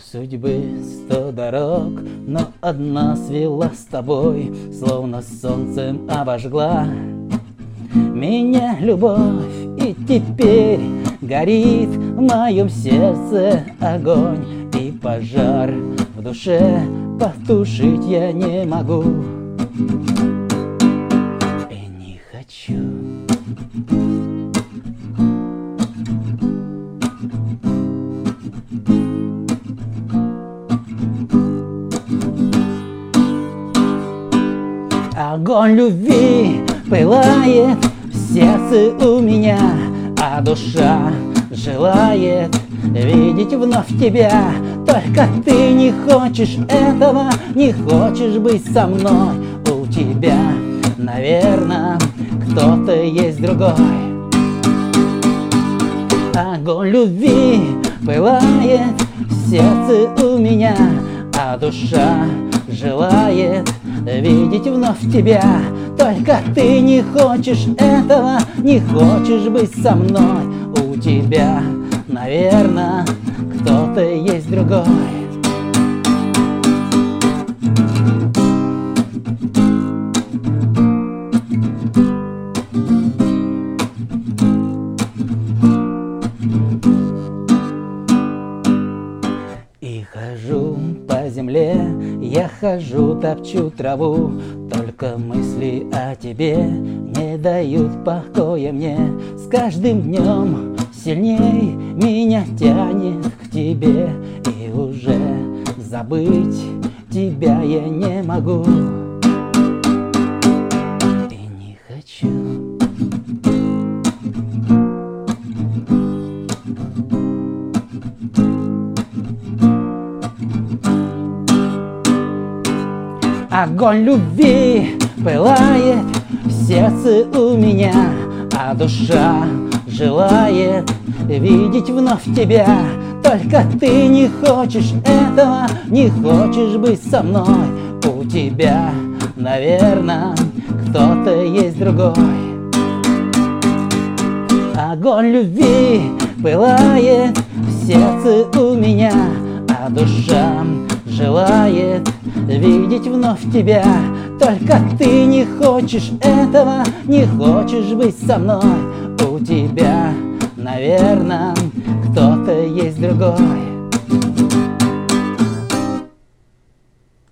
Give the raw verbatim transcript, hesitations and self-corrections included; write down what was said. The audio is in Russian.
судьбы сто дорог, но одна свела с тобой, словно солнцем обожгла меня любовь. И теперь горит в моем сердце огонь, и пожар в душе потушить я не могу и не хочу. Огонь любви пылает в сердце у меня, а душа желает видеть вновь тебя. Только ты не хочешь этого, не хочешь быть со мной. У тебя, наверное, кто-то есть другой. Огонь любви пылает в сердце у меня, а душа желает видеть вновь тебя. Только ты не хочешь этого, не хочешь быть со мной. У тебя, наверное, кто-то есть другой. И хожу по земле, я хожу, топчу траву, только мысли о тебе не дают покоя мне. С каждым днем сильней меня тянет к тебе, и уже забыть тебя я не могу и не хочу. Огонь любви пылает в сердце у меня, а душа желает видеть вновь тебя. Только ты не хочешь этого, не хочешь быть со мной. У тебя, наверное, кто-то есть другой. Огонь любви пылает в сердце у меня, а душа желает видеть вновь тебя. Только ты не хочешь этого, не хочешь быть со мной. У тебя, наверное, кто-то есть другой.